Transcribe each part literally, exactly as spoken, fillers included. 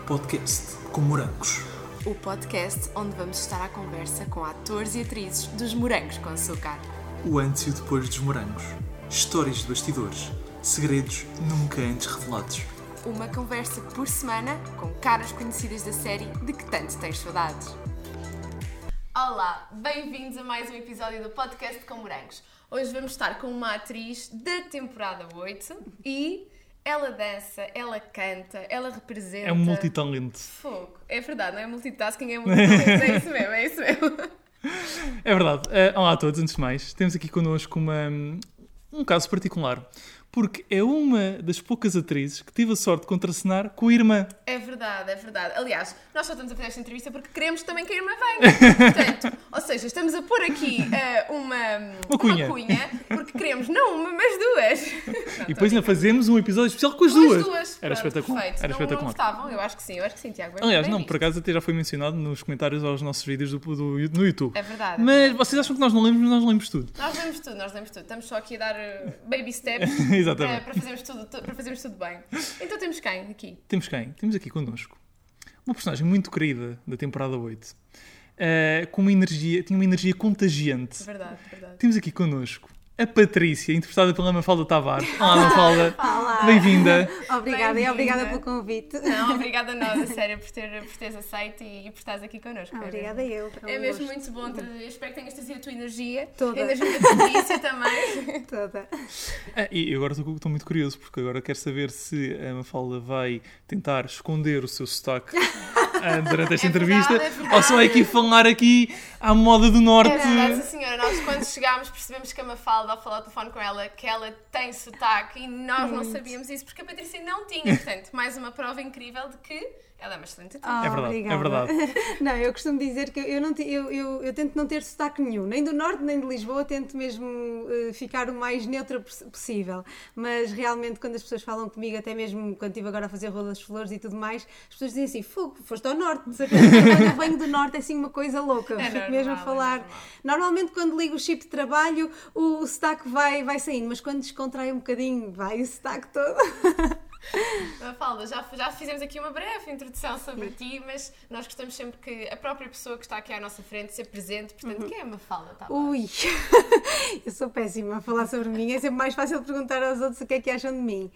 Podcast com Morangos. O podcast onde vamos estar à conversa com atores e atrizes dos Morangos com Açúcar. O antes e o depois dos morangos. Histórias de bastidores. Segredos nunca antes revelados. Uma conversa por semana com caras conhecidas da série de que tanto tens saudades. Olá, bem-vindos a mais um episódio do Podcast com Morangos. Hoje vamos estar com uma atriz da temporada oito e ela dança, ela canta, ela representa... É um multitalento. Fogo. É verdade, não é multitasking, é multitalento. É isso mesmo, é isso mesmo. É verdade. Uh, olá a todos, antes de mais. Temos aqui connosco uma, um caso particular, porque é uma das poucas atrizes que tive a sorte de contracenar com a irmã. É verdade, é verdade. Aliás, nós só estamos a fazer esta entrevista porque queremos também que a irmã venha. Portanto, ou seja, estamos a pôr aqui uh, uma, uma, cunha. uma cunha, porque queremos não uma, mas duas. Não, e depois ainda fazemos um episódio especial com as com duas. As duas. Era Pronto, espetacular. Perfeito. Era não, espetacular. Não gostavam? Eu acho que sim, eu acho que sim, Tiago. Aliás, bem não, visto. por acaso até já foi mencionado nos comentários aos nossos vídeos do, do, no YouTube. É verdade. Mas é verdade. vocês acham que nós não lemos, mas nós lemos tudo. Nós lemos tudo, nós lemos tudo. Estamos só aqui a dar uh, baby steps Exatamente. uh, para, fazermos tudo, tu, para fazermos tudo bem. Então temos quem aqui? Temos quem? Temos aqui connosco uma personagem muito querida da temporada oito, uh, com uma energia, tinha uma energia contagiante. Verdade, verdade. Temos aqui connosco a Patrícia, interpretada pela Mafalda Tavares. Olá, Mafalda. Olá. Bem-vinda. Obrigada Bem-vinda. e obrigada pelo convite. Não, obrigada a nós, a sério, por, ter, por teres aceito e, e por estares aqui connosco. Obrigada é eu. É mesmo muito bom, ter, eu espero que tenhas trazido a tua energia. Toda. A energia da Patrícia também. Toda. Ah, e agora estou, estou muito curioso, porque agora quero saber se a Mafalda vai tentar esconder o seu sotaque ah, durante esta É entrevista, verdade, é verdade. ou se vai aqui falar aqui à moda do Norte. É verdade, sim, senhora. Nós, quando chegámos, percebemos que a Mafalda, ao falar ao telefone com ela, que ela tem sotaque e nós não sabíamos isso porque a Patrícia não tinha. Portanto, mais uma prova incrível de que ela é uma excelente atriz. Oh, É verdade, obrigada. é verdade. Não, eu costumo dizer que eu, não te- eu, eu, eu tento não ter sotaque nenhum, nem do Norte nem de Lisboa, tento mesmo uh, ficar o mais neutra poss- possível. Mas realmente, quando as pessoas falam comigo, até mesmo quando estive agora a fazer Rua das Flores e tudo mais, as pessoas dizem assim: fogo, foste ao Norte, de certeza. Quando eu venho do Norte é assim uma coisa louca, É fico normal, mesmo a é falar. normal. Normalmente, quando ligo o chip de trabalho, o, o sotaque vai, vai saindo, mas quando descontrai um bocadinho, vai o sotaque todo. Mafalda, já, já fizemos aqui uma breve introdução sobre ti, mas nós gostamos sempre que a própria pessoa que está aqui à nossa frente se presente. Portanto, quem é a Mafalda? Tá Ui, eu sou péssima a falar sobre mim, é sempre mais fácil perguntar aos outros o que é que acham de mim.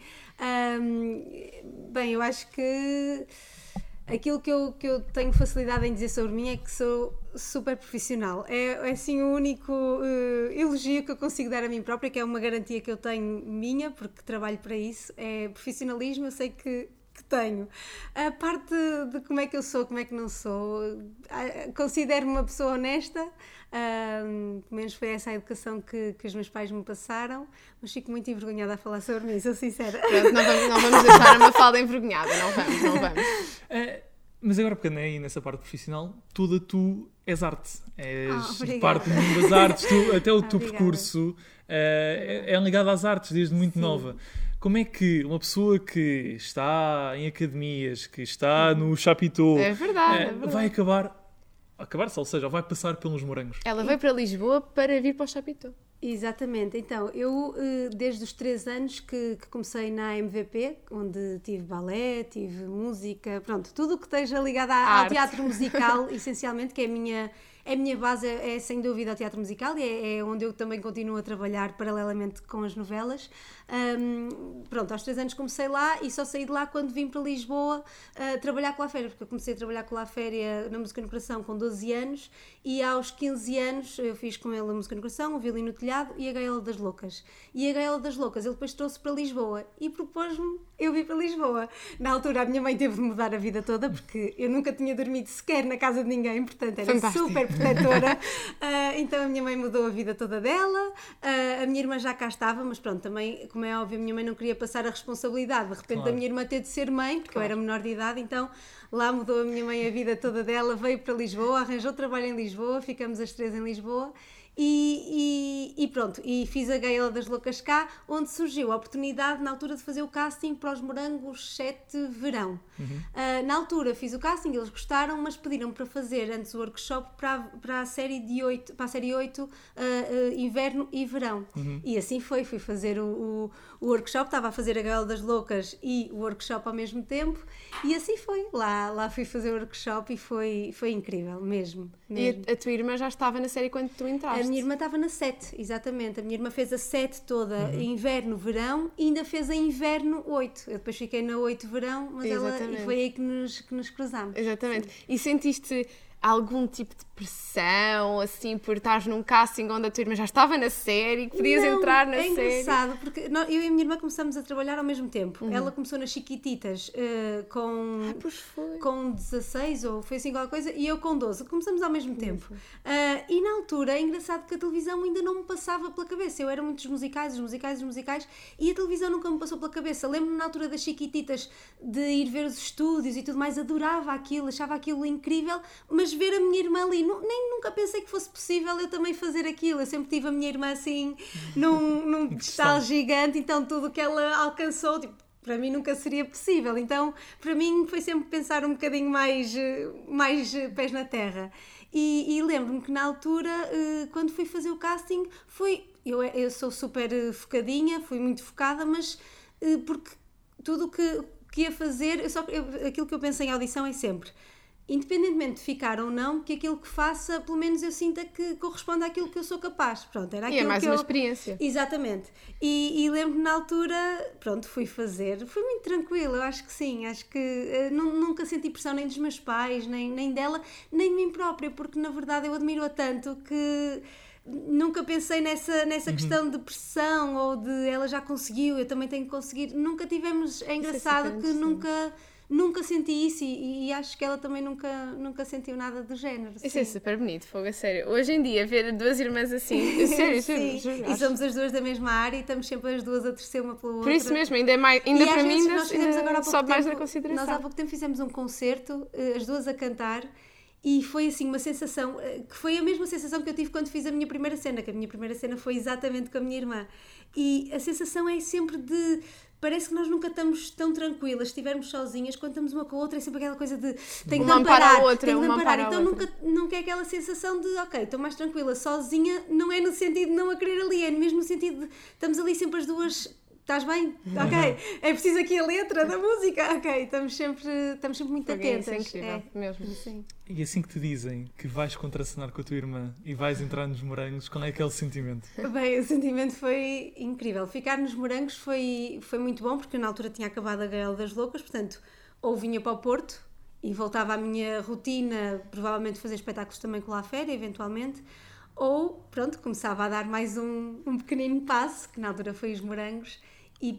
Ahm, bem, eu acho que aquilo que eu, que eu tenho facilidade em dizer sobre mim é que sou super profissional. É, é assim o único uh, elogio que eu consigo dar a mim própria, que é uma garantia que eu tenho minha, porque trabalho para isso. É profissionalismo, eu sei que que tenho. A parte de como é que eu sou, como é que não sou, ah, considero-me uma pessoa honesta, um, pelo menos foi essa a educação que, que os meus pais me passaram, mas fico muito envergonhada a falar sobre mim, sou sincera. Pronto, não vamos, não vamos deixar a Mafalda envergonhada, não vamos, não vamos. Ah, mas agora, pegando aí nessa parte profissional, toda tu és arte. És Ah, obrigada. parte do mundo das artes, tu, até o teu Obrigada. percurso ah, é, é ligado às artes desde muito Sim. nova. Como é que uma pessoa que está em academias, que está no Chapitão, É verdade, ah, é verdade. vai acabar, acabar-se, ou seja, vai passar pelos morangos? Ela veio para Lisboa para vir para o Chapitão. Exatamente, então eu eh, desde os três anos que, que comecei na A M V P, onde tive balé, tive música, pronto, tudo o que esteja ligado à- ao Arte. teatro musical, essencialmente, que é a minha, é a minha base, é, é sem dúvida o teatro musical e é, é onde eu também continuo a trabalhar paralelamente com as novelas. Ahm, pronto, aos três anos comecei lá e só saí de lá quando vim para Lisboa ah, trabalhar com a Féria, porque eu comecei a trabalhar com a Féria na Música no Coração com doze anos e aos quinze anos eu fiz com ele a Música no Coração, o Violino no Telhado e a Gaiola das Loucas. E a Gaiola das Loucas ele depois trouxe para Lisboa e propôs-me eu vir para Lisboa. Na altura a minha mãe teve de mudar a vida toda porque eu nunca tinha dormido sequer na casa de ninguém, portanto era Fantástico. super protetora. Ah, então a minha mãe mudou a vida toda dela, ah, a minha irmã já cá estava, mas pronto, também, como é óbvio, a minha mãe não queria passar a responsabilidade de repente Claro. da minha irmã ter de ser mãe, porque eu era menor de idade, então lá mudou a minha mãe a vida toda dela, veio para Lisboa, arranjou trabalho em Lisboa, ficamos as três em Lisboa E, e, e pronto, e fiz a Gala das Loucas cá, onde surgiu a oportunidade na altura de fazer o casting para os Morangos sete Verão. Uhum. Uh, na altura fiz o casting, eles gostaram, mas pediram para fazer antes o workshop para, para a série de oito, para a série oito, uh, uh, Inverno e Verão. Uhum. E assim foi, fui fazer o, o, o workshop, estava a fazer a Gala das Loucas e o workshop ao mesmo tempo, e assim foi, lá, lá fui fazer o workshop e foi, foi incrível, mesmo. mesmo. E a, a tua irmã já estava na série quando tu entraste? A minha irmã estava na sete, exatamente. A minha irmã fez a sete toda, uhum. inverno, verão, e ainda fez a inverno oito. Eu depois fiquei na oito verão, mas exatamente. ela, e foi aí que nos, que nos cruzámos. Exatamente. Sim. E sentiste algum tipo de pressão, assim, por estares num casting onde a tua irmã já estava na série, que podias não, entrar na é série? É engraçado, porque nós, eu e a minha irmã começamos a trabalhar ao mesmo tempo. Uhum. Ela começou nas Chiquititas uh, com, ah, pois foi. com dezasseis, ou foi assim qualquer coisa, e eu com doze. Começamos ao mesmo tempo. Uh, e na altura, é engraçado que a televisão ainda não me passava pela cabeça. Eu era muito dos musicais, os musicais, os musicais, e a televisão nunca me passou pela cabeça. Lembro-me na altura das Chiquititas de ir ver os estúdios e tudo mais, adorava aquilo, achava aquilo incrível, mas ver a minha irmã ali, não, nem nunca pensei que fosse possível eu também fazer aquilo. Eu sempre tive a minha irmã assim num, num pedestal gigante, então tudo o que ela alcançou, tipo, para mim nunca seria possível. Então para mim foi sempre pensar um bocadinho mais, mais pés na terra. E, e lembro-me que na altura, quando fui fazer o casting, foi, eu, eu sou super focadinha, fui muito focada, mas porque tudo o que, que ia fazer, eu só, eu, aquilo que eu penso em audição é sempre, independentemente de ficar ou não, que aquilo que faça, pelo menos eu sinta que corresponde àquilo que eu sou capaz. Pronto, era aquilo e é mais que uma eu... experiência. Exatamente. E, e lembro-me na altura, pronto, fui fazer. Foi muito tranquilo, eu acho que sim. Acho que uh, nunca senti pressão nem dos meus pais, nem, nem dela, nem de mim própria, porque na verdade eu admiro-a tanto que nunca pensei nessa, nessa uhum. questão de pressão ou de ela já conseguiu, eu também tenho que conseguir. Nunca tivemos... É engraçado é que nunca... Nunca senti isso e, e acho que ela também nunca, nunca sentiu nada do género. Isso sim. é super bonito, fogo, a sério. Hoje em dia, ver duas irmãs assim, sério, sim. juro, juro, e somos as duas da mesma área e estamos sempre as duas a torcer uma pela outra. Por isso mesmo, ainda, é mais, ainda para mim, ainda, nós fizemos agora há pouco sobe tempo, mais na consideração. Nós há pouco tempo fizemos um concerto, as duas a cantar, e foi assim uma sensação, que foi a mesma sensação que eu tive quando fiz a minha primeira cena, que a minha primeira cena foi exatamente com a minha irmã. E a sensação é sempre de... Parece que nós nunca estamos tão tranquilas, se estivermos sozinhas, quando estamos uma com a outra, é sempre aquela coisa de tenho uma de amparar, a outra, tenho de uma amparar. Então nunca, nunca é aquela sensação de, ok, estou mais tranquila sozinha, não é no sentido de não a querer ali, é mesmo no sentido de estamos ali sempre as duas... Estás bem? Ok. É preciso aqui a letra da música? Ok. Estamos sempre, estamos sempre muito Porque atentas. É incrível, é. mesmo. Sim. E assim que te dizem que vais contracenar com a tua irmã e vais entrar nos Morangos, qual é aquele sentimento? Bem, o sentimento foi incrível. Ficar nos Morangos foi, foi muito bom, porque eu na altura tinha acabado a Gala das Loucas, portanto, ou vinha para o Porto e voltava à minha rotina, provavelmente fazer espetáculos também com a Féria, eventualmente, ou, pronto, começava a dar mais um, um pequenino passo, que na altura foi os Morangos, e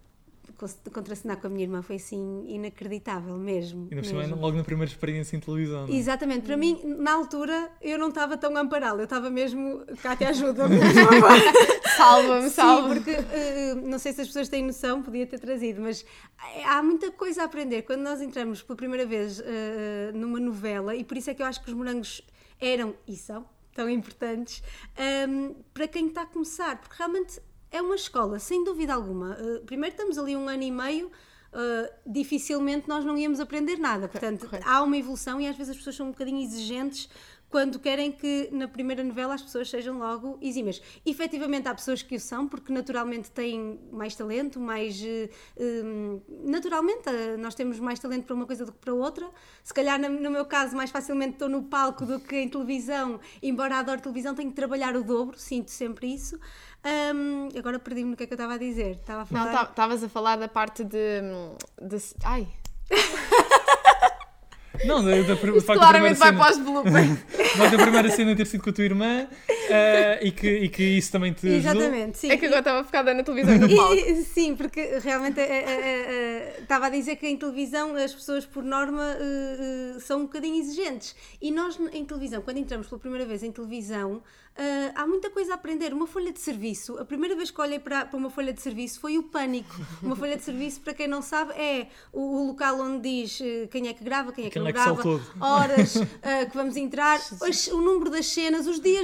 contracenar com a minha irmã foi assim inacreditável mesmo. E mesmo. Logo na primeira experiência em televisão, não é? Exatamente, para hum. mim, na altura, eu não estava tão amparada, eu estava mesmo, cá te ajuda salva-me, salva-me. Sim, porque uh, não sei se as pessoas têm noção, podia ter trazido, mas há muita coisa a aprender quando nós entramos pela primeira vez uh, numa novela, e por isso é que eu acho que os Morangos eram e são tão importantes um, para quem está a começar, porque realmente é uma escola, sem dúvida alguma. Uh, primeiro estamos ali um ano e meio, uh, dificilmente nós não íamos aprender nada. Portanto, correto. Há uma evolução e às vezes as pessoas são um bocadinho exigentes quando querem que na primeira novela as pessoas sejam logo exímias. Efetivamente há pessoas que o são, porque naturalmente têm mais talento, mais... Uh, naturalmente uh, nós temos mais talento para uma coisa do que para outra. Se calhar no, no meu caso mais facilmente estou no palco do que em televisão, embora adore televisão, tenho que trabalhar o dobro, sinto sempre isso. Um, agora perdi-me no que é que eu estava a dizer. Estava a falar... Não, estavas a falar da parte de... de... Ai... Não, da, da, da, Isto claramente vai para os bloopers. Mas a primeira cena ter sido com a tua irmã uh, e, que, e que isso também te ajudou. Exatamente, sim. É que agora estava focada na televisão e no palco. E, sim, porque realmente uh, uh, uh, estava a dizer que em televisão as pessoas por norma uh, uh, são um bocadinho exigentes. E nós em televisão, quando entramos pela primeira vez em televisão, Uh, há muita coisa a aprender. Uma folha de serviço, a primeira vez que olhei para, para uma folha de serviço foi o pânico. Uma folha de serviço, para quem não sabe, é o, o local onde diz uh, quem é que grava, quem é que quem não é que grava, horas uh, que vamos entrar, os, o número das cenas, os dias da ação,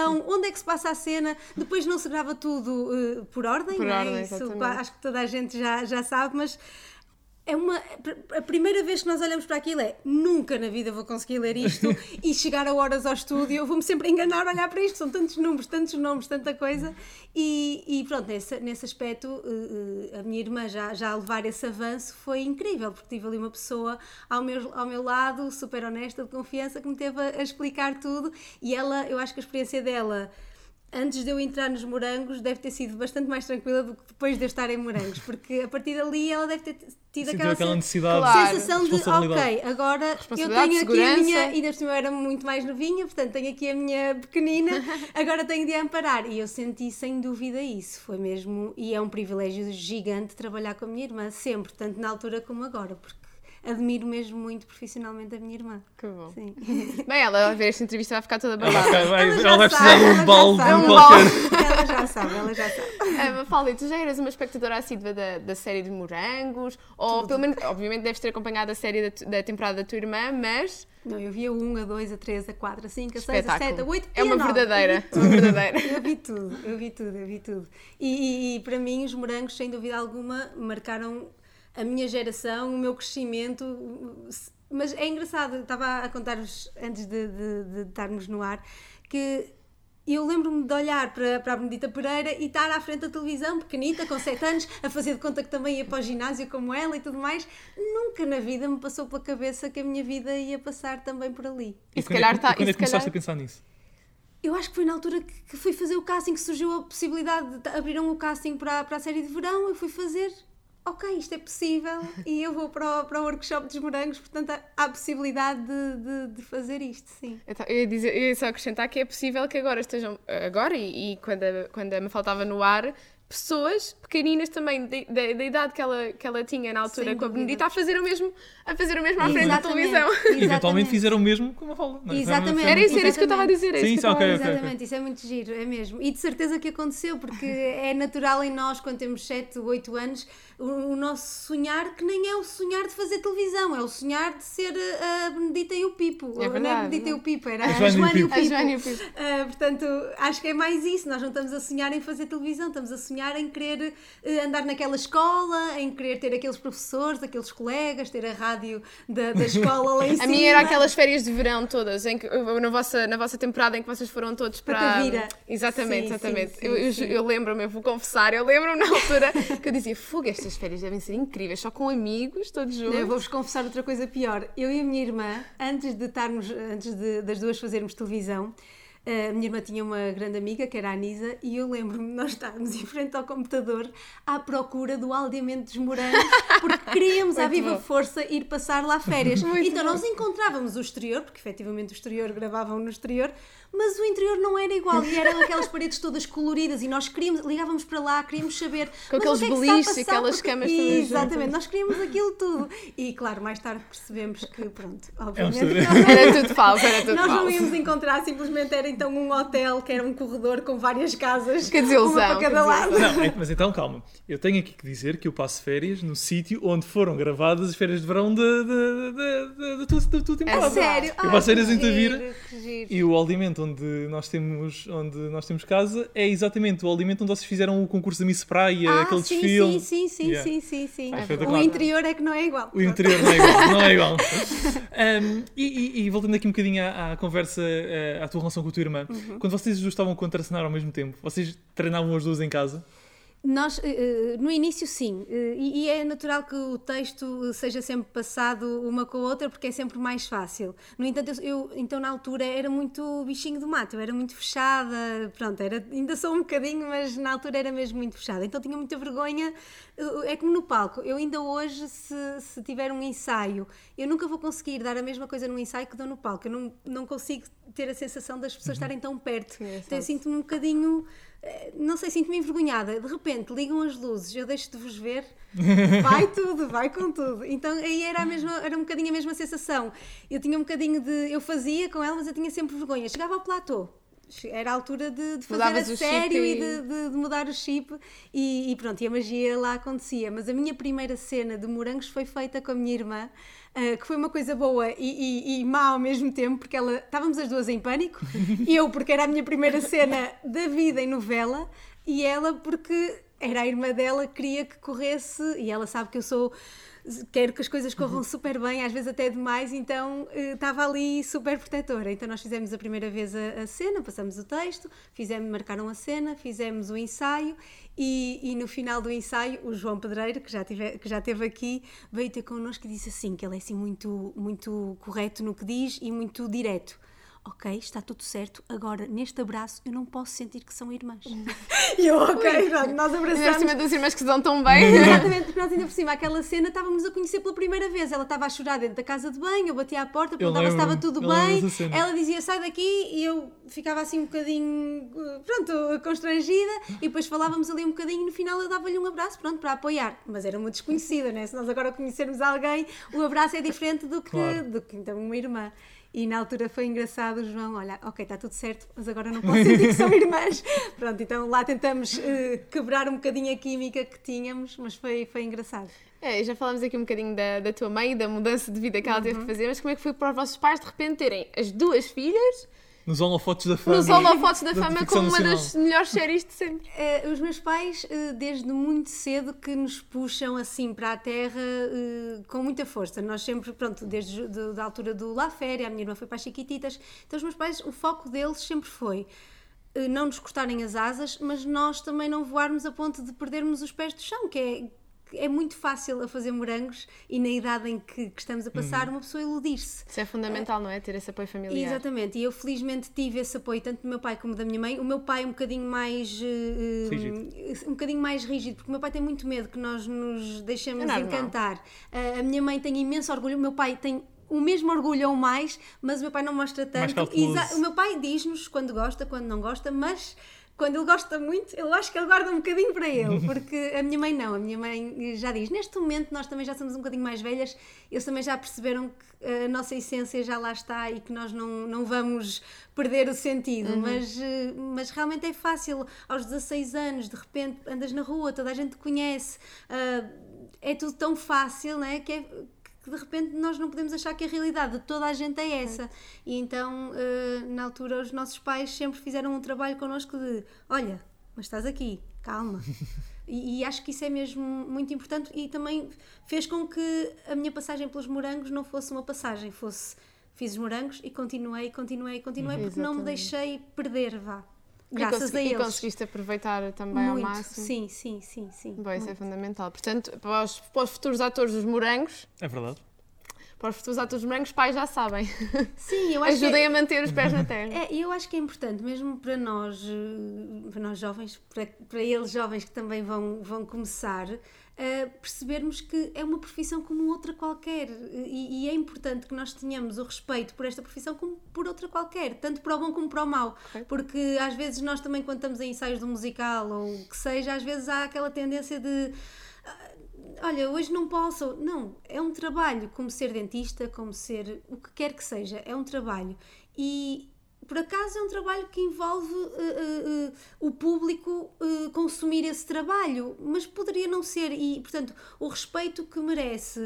locação, onde é que se passa a cena, depois não se grava tudo uh, por ordem, Por não é? ordem, Isso, exatamente. acho que toda a gente já, já sabe, mas é uma, a primeira vez que nós olhamos para aquilo é nunca na vida vou conseguir ler isto e chegar a horas ao estúdio, eu vou-me sempre enganar a olhar para isto, são tantos números, tantos nomes, tanta coisa e, e pronto, nesse, nesse aspecto uh, uh, a minha irmã já, já a levar esse avanço foi incrível, porque tive ali uma pessoa ao meu, ao meu lado, super honesta, de confiança, que me teve a, a explicar tudo e ela, eu acho que a experiência dela antes de eu entrar nos morangos deve ter sido bastante mais tranquila do que depois de eu estar em morangos, porque a partir dali ela deve ter tido Sentiu aquela, aquela sen- necessidade, Claro. sensação de responsabilidade. ok, agora eu Responsabilidade, tenho aqui a segurança. minha, ainda por cima eu era muito mais novinha, portanto tenho aqui a minha pequenina, agora tenho de a amparar e eu senti sem dúvida isso, foi mesmo, e é um privilégio gigante trabalhar com a minha irmã, sempre, tanto na altura como agora, porque admiro mesmo muito profissionalmente a minha irmã. Que bom. Sim. Bem, ela a ver esta entrevista vai ficar toda Ela babada. vai, vai, Ela já ela vai sabe, precisar de ela um já balde sabe. qualquer. Ela já sabe, ela já sabe. Ah, Mafalda, tu já eras uma espectadora assídua da, da série de Morangos? Ou pelo menos, obviamente deves ter acompanhado a série da, tu- da temporada da tua irmã, mas Não, eu vi a um, a dois, a três, a quatro, a cinco, a seis, a espetáculo. sete, a oito É e uma a nove. verdadeira, uma verdadeira. Eu vi tudo, eu vi tudo, eu vi tudo. E, e- e para mim os morangos, sem dúvida alguma, marcaram a minha geração, o meu crescimento. Mas é engraçado, eu estava a contar-vos antes de, de, de estarmos no ar, que eu lembro-me de olhar para, para a Benedita Pereira e estar à frente da televisão, pequenita, com sete anos, a fazer de conta que também ia para o ginásio como ela e tudo mais. Nunca na vida me passou pela cabeça que a minha vida ia passar também por ali. E se quando é calhar que- tá- quando e é se que começaste calhar- a pensar nisso? Eu acho que foi na altura que, que fui fazer o casting, que surgiu a possibilidade de abriram o casting para, para a série de verão, eu fui fazer, ok, isto é possível e eu vou para o, para o workshop dos morangos, portanto há, há a possibilidade de, de, de fazer isto, sim. Então, eu, ia dizer, eu ia só acrescentar que é possível que agora estejam, agora e, e quando, a, quando a Mafalda estava no ar, pessoas pequeninas também, da, da, da idade que ela, que ela tinha na altura Sem com a dúvida. Benedita, a fazer o mesmo, a fazer o mesmo à frente da Exatamente, televisão. E eventualmente exatamente. fizeram o mesmo com uma fala. não é? Exatamente. Era isso, era isso que eu estava a Exatamente. dizer. é isso Sim, que eu sim, estava a ok, dizer. ok. Exatamente, isso é muito giro, é mesmo. E de certeza que aconteceu, porque é natural em nós, quando temos sete, oito anos, o, o nosso sonhar, que nem é o sonhar de fazer televisão, é o sonhar de ser a Benedita e o Pipo. É Não verdade. a Benedita e o Pipo, era A a Joana e o Joana e o Pipo. A Joana e o Pipo. Ah, portanto, acho que é mais isso. Nós não estamos a sonhar em fazer televisão, estamos a sonhar em querer eh, andar naquela escola, em querer ter aqueles professores, aqueles colegas, ter a rádio da, da escola lá em cima. A minha era aquelas férias de verão todas, em que, na, vossa, na vossa temporada em que vocês foram todos para... Para Tavira. Exatamente, Sim, exatamente. sim, sim, eu eu, sim. eu lembro-me, eu vou confessar, eu lembro-me na altura que eu dizia, fogo, estas férias devem ser incríveis, só com amigos, todos juntos. Eu vou-vos confessar outra coisa pior. Eu e a minha irmã, antes de estarmos, antes de, das duas fazermos televisão, a minha irmã tinha uma grande amiga, que era a Anisa, e eu lembro-me de nós estarmos em frente ao computador à procura do aldeamento dos morangos, porque queríamos à Muito viva bom. força ir passar lá férias. Muito então bom. nós encontrávamos o exterior, porque efetivamente o exterior gravavam no exterior, mas o interior não era igual, e eram aquelas paredes todas coloridas, e nós queríamos, ligávamos para lá, queríamos saber Com mas aqueles o que é que se está a beliches e passar, aquelas porque- camas todas Exatamente, juntas. nós queríamos aquilo tudo. E claro, mais tarde percebemos que, pronto, É um obviamente. segredo. nós não- Era tudo falso, era tudo nós não falso. íamos encontrar, simplesmente era então um hotel que era um corredor com várias casas, Que desilusão, uma para que cada lado. desilusão. Não, é- mas então calma. Eu tenho aqui que dizer que eu passo férias no sítio onde foram gravadas as férias de verão da, da, da, da, da, tua, da tua temporada. É sério? Eu Ah, passo férias que em Tavira. giro, que giro. E o aldeamento onde nós temos, onde nós temos casa é exatamente o aldeamento onde vocês fizeram o concurso da Miss Praia, Ah, aquele sim, desfile. sim, sim, sim, Yeah. sim, sim, sim. Ah, O espetacular. interior é que não é igual. O interior não é igual. Não é igual. Um, e, e- e voltando aqui um bocadinho à, à conversa, eh, à tua relação com a tua irmã, Uhum. quando vocês duas estavam a contracenar ao mesmo tempo, vocês treinavam as duas em casa? Nós, eh, eh, no início, sim, eh, e, e é natural que o texto seja sempre passado uma com a outra porque é sempre mais fácil. No entanto, eu, eu, então na altura era muito bichinho do mato, eu era muito fechada, pronto, era, ainda sou um bocadinho, mas na altura era mesmo muito fechada, então tinha muita vergonha, eh, é como no palco, eu ainda hoje, se, se tiver um ensaio, eu nunca vou conseguir dar a mesma coisa num ensaio que dou no palco, eu não, não consigo ter a sensação das pessoas estarem tão perto, então eu sinto-me um bocadinho... Não sei, sinto-me envergonhada. De repente ligam as luzes, eu deixo de vos ver, vai tudo, vai com tudo. Então aí era, a mesma, era um bocadinho a mesma sensação. Eu tinha um bocadinho de. Eu fazia com ela, mas eu tinha sempre vergonha. Chegava ao platô, era a altura de, de fazer Mudavas a o sério chip e e- de, de- de mudar o chip e, e pronto, e a magia lá acontecia. Mas a minha primeira cena de morangos foi feita com a minha irmã, uh, que foi uma coisa boa e, e, e má ao mesmo tempo, porque ela, estávamos as duas em pânico, eu porque era a minha primeira cena da vida em novela e ela porque era a irmã dela que queria que corresse e ela sabe que eu sou... Quero que as coisas corram super bem, às vezes até demais, então eh, estava ali super protetora. Então nós fizemos a primeira vez a, a cena, passamos o texto, fizemos, marcaram a cena, fizemos o ensaio e, e no final do ensaio o João Pedreiro, que já, tive, que já esteve aqui, veio ter connosco e disse assim, que ele é assim muito, muito correto no que diz e muito direto. Ok, está tudo certo, agora neste abraço eu não posso sentir que são irmãs. E eu, ok, pronto, nós Ainda por abraçamos. cima das irmãs que se dão tão bem. Exatamente, porque nós ainda por cima, aquela cena, estávamos a conhecer pela primeira vez. Ela estava a chorar dentro da casa de banho, eu batia à porta, perguntava se estava tudo eu lembro bem. dessa cena. Ela dizia, sai daqui, e eu ficava assim um bocadinho, pronto, constrangida. E depois falávamos ali um bocadinho e no final eu dava-lhe um abraço, pronto, para apoiar. Mas era uma desconhecida, né? Se nós agora conhecermos alguém, o abraço é diferente do que, Claro. do que então, uma irmã. E na altura foi engraçado o João, olha, ok, está tudo certo, mas agora não posso sentir que são irmãs. Pronto, então lá tentamos uh, quebrar um bocadinho a química que tínhamos, mas foi, foi engraçado. É, já falámos aqui um bocadinho da, da tua mãe e da mudança de vida que ela teve que fazer, mas como é que foi para os vossos pais de repente terem as duas filhas Nos holofotes da fama. nos holofotes da da fama ficção como uma nacional. das melhores séries de sempre? Uh, os meus pais, uh, desde muito cedo, que nos puxam assim para a terra uh, com muita força. Nós sempre, pronto, desde de, da altura do La Féria, a minha irmã foi para as Chiquititas, então os meus pais, o foco deles sempre foi uh, não nos cortarem as asas, mas nós também não voarmos a ponto de perdermos os pés do chão, que é... É muito fácil a fazer morangos e na idade em que, que estamos a passar, uma pessoa iludir-se. Isso é fundamental, não é? Ter esse apoio familiar. Exatamente, e eu felizmente tive esse apoio tanto do meu pai como da minha mãe. O meu pai é um bocadinho mais uh, Rígido. um bocadinho mais rígido, porque o meu pai tem muito medo que nós nos deixemos É normal. encantar. Uh, a minha mãe tem imenso orgulho, o meu pai tem o mesmo orgulho ou mais, mas o meu pai não mostra Mais tanto. cauteloso. Exa- o meu pai diz-nos quando gosta, quando não gosta, mas quando ele gosta muito, eu acho que ele guarda um bocadinho para ele, porque a minha mãe não, a minha mãe já diz, neste momento nós também já somos um bocadinho mais velhas, eles também já perceberam que a nossa essência já lá está e que nós não, não vamos perder o sentido, Uhum. mas, eh, mas realmente é fácil, aos dezasseis anos, de repente andas na rua, toda a gente te conhece, ah, é tudo tão fácil, não é? Que é que de repente nós não podemos achar que a realidade de toda a gente é essa. E então, eh, na altura, os nossos pais sempre fizeram um trabalho connosco de, olha, mas estás aqui, calma. E, e acho que isso é mesmo muito importante e também fez com que a minha passagem pelos morangos não fosse uma passagem, fosse, fiz os morangos e continuei, continuei, continuei, Uhum. porque não me Exatamente. deixei perder, vá. E Graças consegui- a E eles. conseguiste aproveitar também Muito, ao máximo. sim, sim, sim, sim. Bom, isso é muito. fundamental. Portanto, para os, para os futuros atores dos morangos, É verdade. para os futuros atores dos morangos, os pais já sabem. Sim, eu acho que é- Ajudem a manter os pés na terra. É, e eu acho que é importante, mesmo para nós, eh, para nós jovens, para, para eles jovens que também vão, vão começar, eh, percebermos que é uma profissão como outra qualquer e, e é importante que nós tenhamos o respeito por esta profissão como por outra qualquer, tanto para o bom como para o mau, Ok. porque às vezes nós também quando estamos em ensaios de um musical ou o que seja, às vezes há aquela tendência de olha, hoje não posso. Não, é um trabalho, como ser dentista, como ser o que quer que seja, é um trabalho. E por acaso é um trabalho que envolve uh, uh, uh, o público uh, consumir esse trabalho, mas poderia não ser. E, portanto, o respeito que merece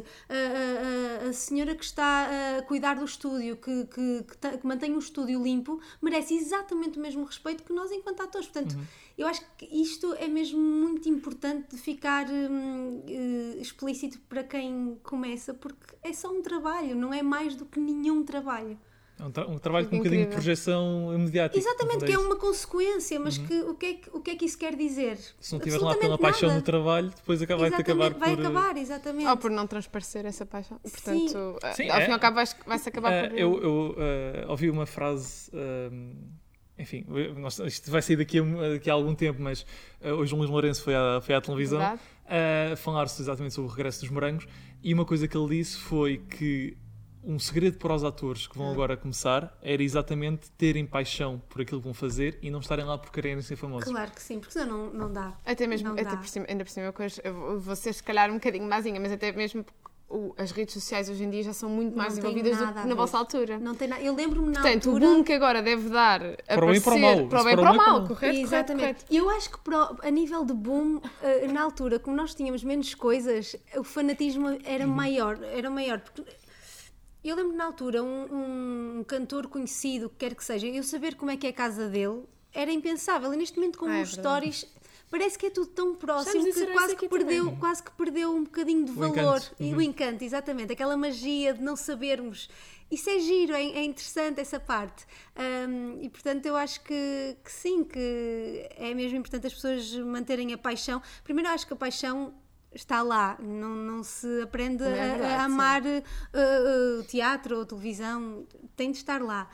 a, a, a senhora que está a cuidar do estúdio, que, que, que, ta- que mantém o estúdio limpo, merece exatamente o mesmo respeito que nós enquanto atores. Portanto, eu acho que isto é mesmo muito importante de ficar hum, eh, explícito para quem começa, porque é só um trabalho, não é mais do que nenhum trabalho. É um, tra- um trabalho com um bocadinho de Incrível. projeção mediática. Exatamente, no fundo que é isso. uma consequência, mas que, o, que é que, o que é que isso quer dizer? Se não estiver lá pela Absolutamente paixão nada. no trabalho, depois acaba, vai-te acabar Exatamente, vai por... eh, acabar, exatamente. Ou por não transparecer essa paixão. Portanto, eh, Sim, ao é. fim e ao cabo vais- vai-se acabar Ah, por... eu eu ah, ouvi uma frase, ah, enfim, nós- isto vai sair daqui a, daqui a algum tempo, mas ah, hoje o Luís Lourenço foi à, foi à televisão Verdade. a falar-se exatamente sobre o regresso dos morangos e uma coisa que ele disse foi que um segredo para os atores que vão agora começar era exatamente terem paixão por aquilo que vão fazer e não estarem lá por quererem ser famosos. Claro que sim, porque senão não, não dá. Até mesmo, Não até dá. por cima, ainda por cima, eu, coisa- eu vou ser se calhar um bocadinho mazinha, mas até mesmo o, o, as redes sociais hoje em dia já são muito mais Não tem desenvolvidas do nada a que na ver. vossa altura. Não tem nada. Eu lembro-me na Portanto, altura... o boom que agora deve dar a Para o bem e para o aparecer- mal. Para o Isso bem e para o mal, mal. correto, Exatamente. correto, correto. Eu acho que pro- a nível de boom, eh, na altura, como nós tínhamos menos coisas, o fanatismo era maior, era maior. Porque eu lembro na altura, um, um cantor conhecido, que quer que seja, eu saber como é que é a casa dele, era impensável. E neste momento, com Ah, é os verdade. stories, parece que é tudo tão próximo Estamos a que dizer quase isso que, aqui perdeu, também. quase que perdeu um bocadinho de O valor. encanto. E o encanto, exatamente. Aquela magia de não sabermos. Isso é giro, é, é interessante essa parte. Hum, e portanto eu acho que, que sim, que é mesmo importante as pessoas manterem a paixão. Primeiro eu acho que a paixão está lá, não, não se aprende É a- verdade, a, sim. amar uh, uh, teatro ou televisão, tem de estar lá.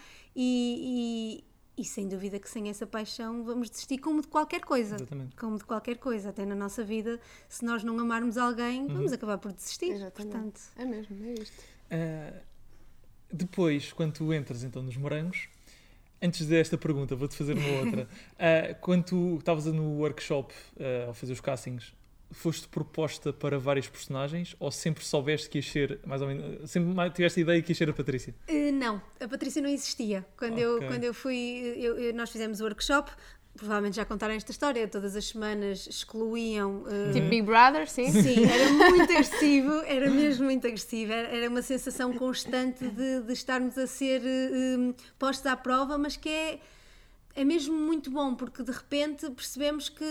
E, e, e sem dúvida que sem essa paixão vamos desistir como de qualquer coisa. Exatamente. Como de qualquer coisa, até na nossa vida, se nós não amarmos alguém, vamos acabar por desistir. Exatamente. Portanto, É mesmo, é isto. Ah, depois, quando tu entras então nos morangos, antes desta pergunta, vou-te fazer uma outra. Ah, quando tu estavas no workshop ah, ao fazer os castings, foste proposta para vários personagens ou sempre soubeste que ias ser, mais ou menos, sempre mais tiveste a ideia que ias ser a Patrícia? Uh, não, a Patrícia não existia. Quando, eu, Ok. quando eu fui, eu- eu- nós fizemos o workshop, provavelmente já contaram esta história, todas as semanas excluíam. uh, Tipo Big Brother, sim? Sim, era muito agressivo, era mesmo muito agressivo, era, era uma sensação constante de, de estarmos a ser uh, um, postos à prova, mas que é, é mesmo muito bom, porque de repente percebemos que.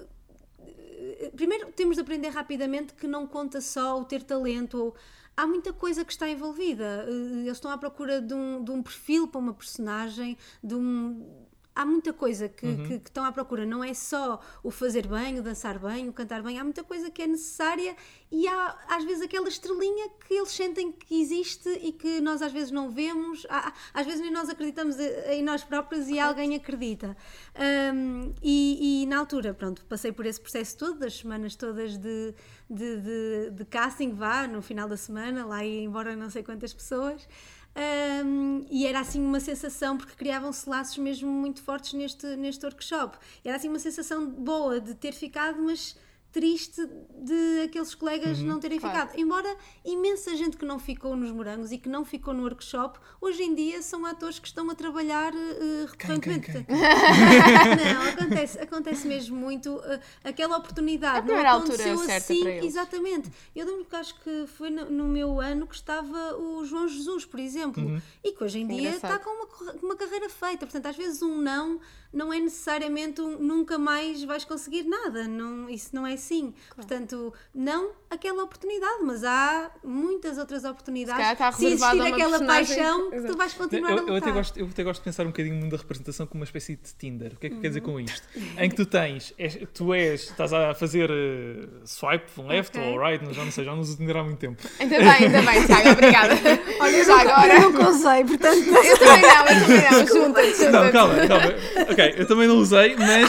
Primeiro, temos de aprender rapidamente que não conta só o ter talento, ou há muita coisa que está envolvida. Eh, Eles estão à procura de um, de um perfil para uma personagem, de um. Há muita coisa que, que, que estão à procura, não é só o fazer bem, o dançar bem, o cantar bem, há muita coisa que é necessária e há às vezes aquela estrelinha que eles sentem que existe e que nós às vezes não vemos, há- há- às vezes nem nós acreditamos em nós próprios e alguém acredita. Hum, e, e na altura, pronto, passei por esse processo todo, das semanas todas de, de, de, de casting, vá, no final da semana, lá ia embora não sei quantas pessoas. Um, e era assim uma sensação, porque criavam-se laços mesmo muito fortes neste, neste workshop. Era assim uma sensação boa de ter ficado, mas triste de aqueles colegas não terem claro. ficado. Embora imensa gente que não ficou nos morangos e que não ficou no workshop, hoje em dia são atores que estão a trabalhar uh, recorrentemente. quem, Não, acontece, acontece mesmo muito. uh, aquela oportunidade É a primeira não altura aconteceu certa assim, para eles. exatamente. Eu lembro que acho que foi no, no meu ano que estava o João Jesus, por exemplo, e que hoje em Que dia engraçado. está com uma, corre- com uma carreira feita. Portanto, às vezes um não não é necessariamente um nunca mais vais conseguir nada. Não, isso não é assim. Portanto, não aquela oportunidade, mas há muitas outras oportunidades. Se calhar está Se reservado existir a uma aquela personagem. paixão, que Exato. tu vais continuar Eu, a eu lutar. até gosto, eu até gosto de pensar um bocadinho no mundo da representação como uma espécie de Tinder. O que é que quer dizer com isto? Em que tu tens, és- tu és, estás a fazer eh, swipe left Ok. ou right, já não sei, já não uso Tinder há muito tempo. Ainda bem, ainda bem, Tiago, obrigada. Olha, já agora. eu não usei, portanto. Eu também não, eu também não. Junta-te, junta-te. Não, calma, calma. Ok, eu também não usei, mas.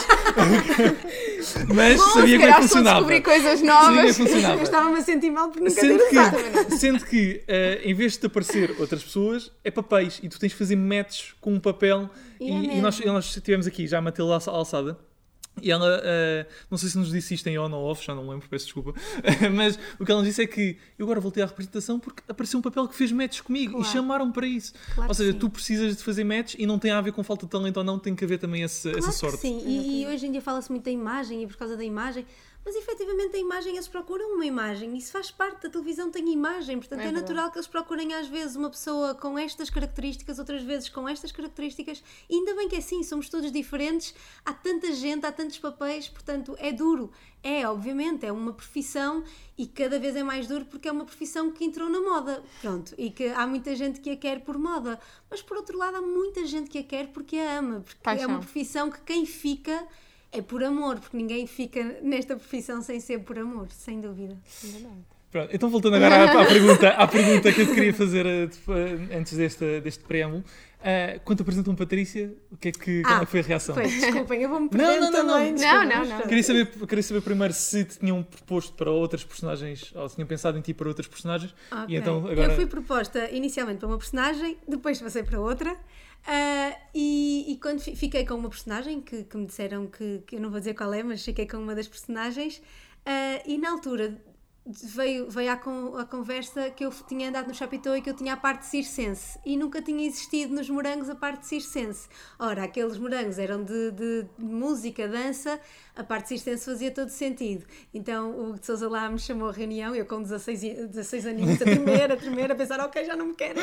mas Bom, sabia se como é que calhar estou a funcionava. descobrir coisas Sabia como é que novas. Eu funcionava. estava-me a sentir mal por nunca Sendo ter usado. que, sendo que eh, em vez de te aparecer outras pessoas, é papéis e tu tens de fazer matches com um papel. E E, é e mesmo. nós, e nós tivemos aqui já a Matilda Alça- Alçada. E ela, eh, não sei se nos disse isto em on ou off, já não lembro, peço desculpa. Mas o que ela nos disse é que eu agora voltei à representação porque apareceu um papel que fez matches comigo Claro. e chamaram para isso. Claro ou seja, que sim. tu precisas de fazer matches e não tem a ver com falta de talento ou não, tem que haver também esse, essa Claro que sorte. sim, e, e hoje em dia fala-se muito da imagem e por causa da imagem, mas efetivamente a imagem, eles procuram uma imagem, isso faz parte da televisão, tem imagem, portanto É é, verdade. natural que eles procurem às vezes uma pessoa com estas características, outras vezes com estas características, e ainda bem que é assim, somos todos diferentes, há tanta gente, há tantos papéis, portanto é duro, é obviamente, é uma profissão e cada vez é mais duro porque é uma profissão que entrou na moda, pronto, e que há muita gente que a quer por moda, mas por outro lado há muita gente que a quer porque a ama, porque é Paixão. uma profissão que quem fica é por amor, porque ninguém fica nesta profissão sem ser por amor, sem dúvida. Pronto, então voltando agora à, à pergunta, à pergunta que eu te queria fazer eh, depois- antes deste, deste preâmbulo. Uh, quando te apresentam Patrícia, o que é que, qual é que foi a reação? Pois, desculpem, eu vou-me Não, perder não, não, não. também. Não, desculpa, não, mas não. pronto. Queria saber, queria saber primeiro se te tinham proposto para outras personagens, ou se tinham pensado em ti para outras personagens. Ok. E então agora. Eu fui proposta inicialmente para uma personagem, depois passei para outra. ah, e, e quando fi- fiquei com uma personagem, que, que me disseram que, que eu não vou dizer qual é, mas fiquei com uma das personagens, ah, e na altura veio, veio à, con, à conversa que eu tinha andado no Chapitão e que eu tinha a parte circense e nunca tinha existido nos morangos a parte circense. Ora, aqueles morangos eram de, de, de música, dança, a parte circense fazia todo sentido. Então o Hugo de Sousa lá me chamou a reunião, eu com dezasseis, dezasseis aninhos a tremer, a tremer, a pensar, ok, já não me quero.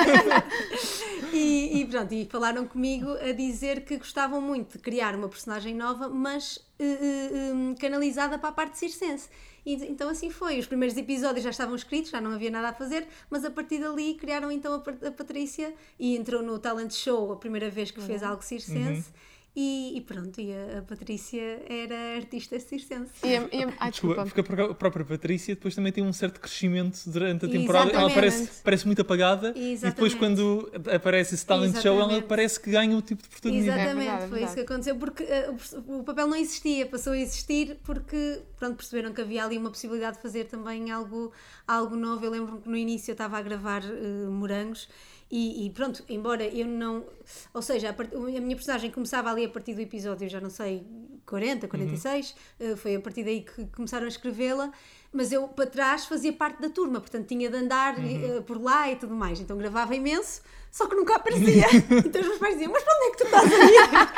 e, e pronto, e falaram comigo a dizer que gostavam muito de criar uma personagem nova, mas uh, uh, um, canalizada para a parte circense. E, então assim foi, os primeiros episódios já estavam escritos, já não havia nada a fazer, mas a partir dali criaram então a, a Patrícia e entrou no talent show a primeira vez que fez algo circense. Uhum. E, e pronto, e a, a Patrícia era artista circense. E a, e a, ai, desculpa, porque a própria Patrícia depois também tem um certo crescimento durante a temporada. Exatamente. Ela parece, parece muito apagada. Exatamente. E depois quando aparece esse talent Exatamente. show ela parece que ganha o tipo de protagonismo. Exatamente, é verdade, foi é isso que aconteceu, porque uh, o, o papel não existia, passou a existir porque pronto, perceberam que havia ali uma possibilidade de fazer também algo, algo novo. Eu lembro que no início eu estava a gravar uh, Morangos. E, e pronto, embora eu não... Ou seja, a, part... a minha personagem começava ali a partir do episódio, já não sei, quarenta, quarenta e seis, uhum. uh, foi a partir daí que começaram a escrevê-la, mas eu para trás fazia parte da turma, portanto tinha de andar uhum. uh, por lá e tudo mais, então gravava imenso, só que nunca aparecia. Então os meus pais diziam, mas para onde é que tu estás a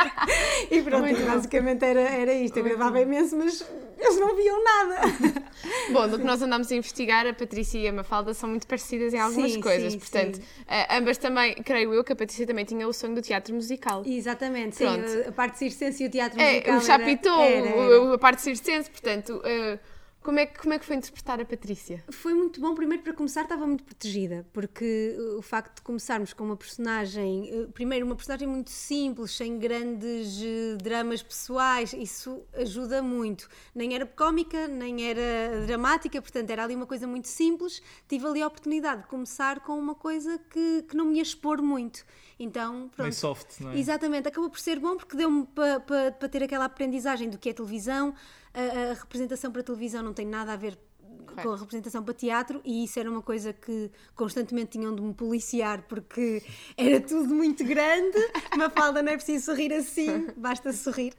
ir? E pronto, e basicamente era, era isto, eu gravava imenso, mas eles não viam nada. Bom, do que nós andamos a investigar, a Patrícia e a Mafalda são muito parecidas em algumas sim, coisas, sim, portanto, sim. Uh, ambas também, creio eu, que a Patrícia também tinha o sonho do teatro musical. Exatamente, pronto. Sim, a parte circense e o teatro é, musical. O Chapitão, era, era, era. a parte circense, portanto... Uh, Como é, que, como é que foi interpretar a Patrícia? Foi muito bom, primeiro para começar estava muito protegida, porque o facto de começarmos com uma personagem, primeiro uma personagem muito simples, sem grandes dramas pessoais, isso ajuda muito. Nem era cómica, nem era dramática, portanto era ali uma coisa muito simples, tive ali a oportunidade de começar com uma coisa que, que não me ia expor muito. Então, pronto. Meio soft, não é? Exatamente, acabou por ser bom porque deu-me para pa, pa ter aquela aprendizagem do que é televisão. A, a representação para televisão não tem nada a ver Correto. Com a representação para teatro e isso era uma coisa que constantemente tinham de me policiar porque era tudo muito grande. Mafalda, não é preciso sorrir assim, basta sorrir.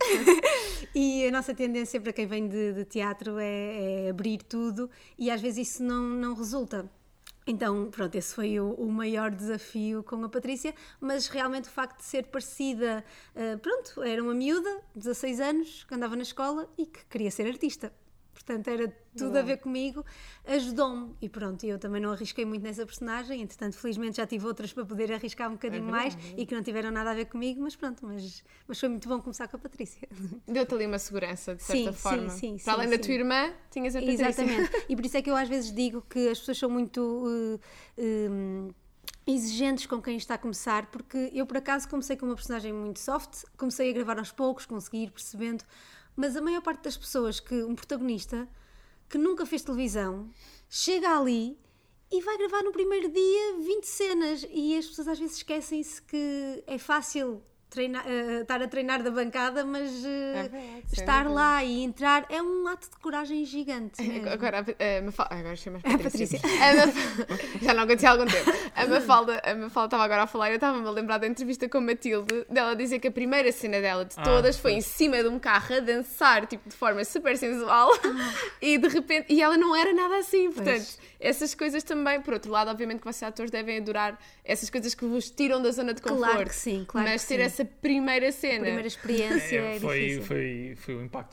E a nossa tendência para quem vem de, de teatro é, é abrir tudo e às vezes isso não, não resulta. Então, pronto, esse foi o, o maior desafio com a Patrícia, mas realmente o facto de ser parecida, uh, pronto, era uma miúda, dezasseis anos, que andava na escola e que queria ser artista. Portanto, era tudo a ver comigo, ajudou-me e pronto, eu também não arrisquei muito nessa personagem, entretanto, felizmente já tive outras para poder arriscar um bocadinho é verdade, mais é. E que não tiveram nada a ver comigo, mas pronto, mas, mas foi muito bom começar com a Patrícia. Deu-te ali uma segurança, de certa sim, forma. Sim, sim, para além sim, da sim. tua irmã, tinhas a Patrícia. Exatamente, e por isso é que eu às vezes digo que as pessoas são muito... Uh, um, exigentes com quem está a começar, porque eu por acaso comecei com uma personagem muito soft, comecei a gravar aos poucos, consegui ir percebendo, mas a maior parte das pessoas que um protagonista que nunca fez televisão chega ali e vai gravar no primeiro dia vinte cenas e as pessoas às vezes esquecem-se que é fácil treinar, uh, estar a treinar da bancada, mas uh, é verdade, estar lá e entrar é um ato de coragem gigante mesmo. Agora, a Mafalda, agora chama-me Patrícia. A Patrícia. A já não acontecia há algum tempo. A Mafalda, a Mafalda estava agora a falar, eu estava-me a lembrar da entrevista com a Matilde, dela dizer que a primeira cena dela de todas ah, foi em cima de um carro a dançar, tipo, de forma super sensual, ah. e de repente, e ela não era nada assim, portanto, pois. Essas coisas também, por outro lado, obviamente que vocês atores devem adorar essas coisas que vos tiram da zona de conforto. Claro que sim, claro mas que ter sim. essa primeira cena. A primeira experiência é, é foi, difícil. Foi, foi um impacto.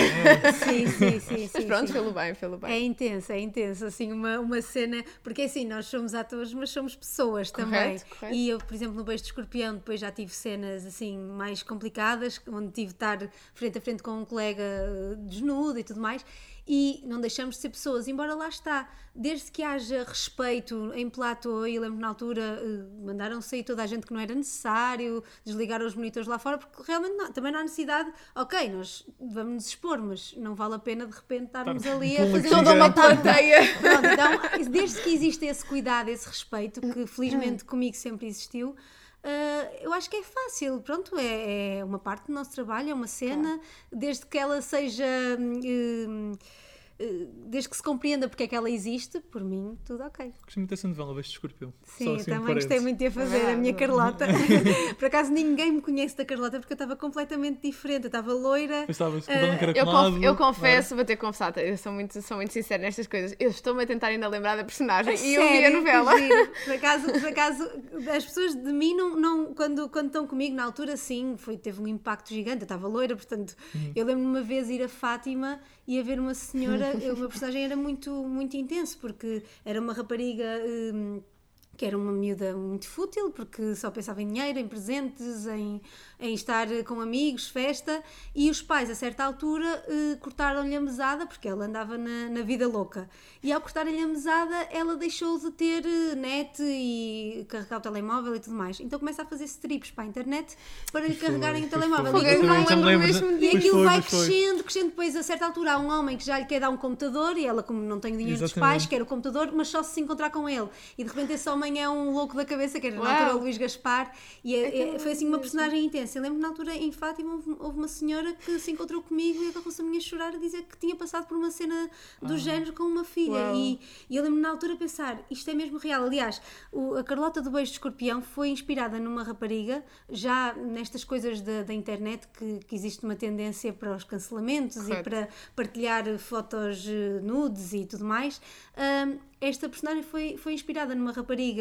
sim, sim, sim. Mas pronto, sim. pelo bem, pelo bem. É intenso, é intenso, assim, uma, uma cena, porque assim, nós somos atores, mas somos pessoas correto, também. Correto. E eu, por exemplo, no Beijo de Escorpião, depois já tive cenas assim mais complicadas, onde tive de estar frente a frente com um colega desnudo e tudo mais. E não deixamos de ser pessoas, embora lá está, desde que haja respeito em platô, e lembro na altura mandaram sair toda a gente que não era necessário, desligaram os monitores lá fora, porque realmente não, também não há necessidade, ok, nós vamos nos expor, mas não vale a pena de repente estarmos tá, ali a fazer toda uma plateia. Pronto, então, desde que existe esse cuidado, esse respeito, que felizmente comigo sempre existiu, Uh, eu acho que é fácil, pronto, é, é uma parte do nosso trabalho, é uma cena, claro. Desde que ela seja, uh, desde que se compreenda porque é que ela existe, por mim, tudo ok. Gostei muito dessa novela, Beijo de Escorpião. Sim, assim, eu também gostei muito de a fazer, é a minha Carlota. Por acaso ninguém me conhece da Carlota porque eu estava completamente diferente, eu estava loira. Eu estava uh, eu, conf, eu confesso, vou ter que confessar, eu sou muito, sou muito sincera nestas coisas, eu estou-me a tentar ainda lembrar da personagem a e sério? eu vi a novela. Por acaso, por acaso, as pessoas de mim, não, não, quando, quando estão comigo, na altura sim, foi, teve um impacto gigante, eu estava loira, portanto, uhum. eu lembro-me uma vez ir a Fátima e a ver uma senhora, uma personagem era muito, muito intenso, porque era uma rapariga hum, que era uma miúda muito fútil, porque só pensava em dinheiro, em presentes, em, em estar com amigos, festa, e os pais, a certa altura, eh, cortaram-lhe a mesada, porque ela andava na, na vida louca. E ao cortarem-lhe a mesada, ela deixou de ter net e carregar o telemóvel e tudo mais. Então começa a fazer strips para a internet para lhe carregarem o telemóvel. Foi, e, vai, mesmo e aquilo vai crescendo, crescendo. Depois, a certa altura, há um homem que já lhe quer dar um computador, e ela, como não tem o dinheiro Exatamente. dos pais, quer o computador, mas só se encontrar com ele. E de repente esse homem é um louco da cabeça, que era na altura o Luís Gaspar, e é, é, foi assim uma personagem intensa. Eu lembro que na altura em Fátima houve, houve uma senhora que se encontrou comigo e agarrou-se a mim a chorar a dizer que tinha passado por uma cena do ah. género com uma filha. E, e eu lembro na altura a pensar, isto é mesmo real. Aliás, o, a Carlota do Beijo de Escorpião foi inspirada numa rapariga, já nestas coisas da, da internet, que, que existe uma tendência para os cancelamentos Correto. e para partilhar fotos nudes e tudo mais. Um, esta personagem foi, foi inspirada numa rapariga,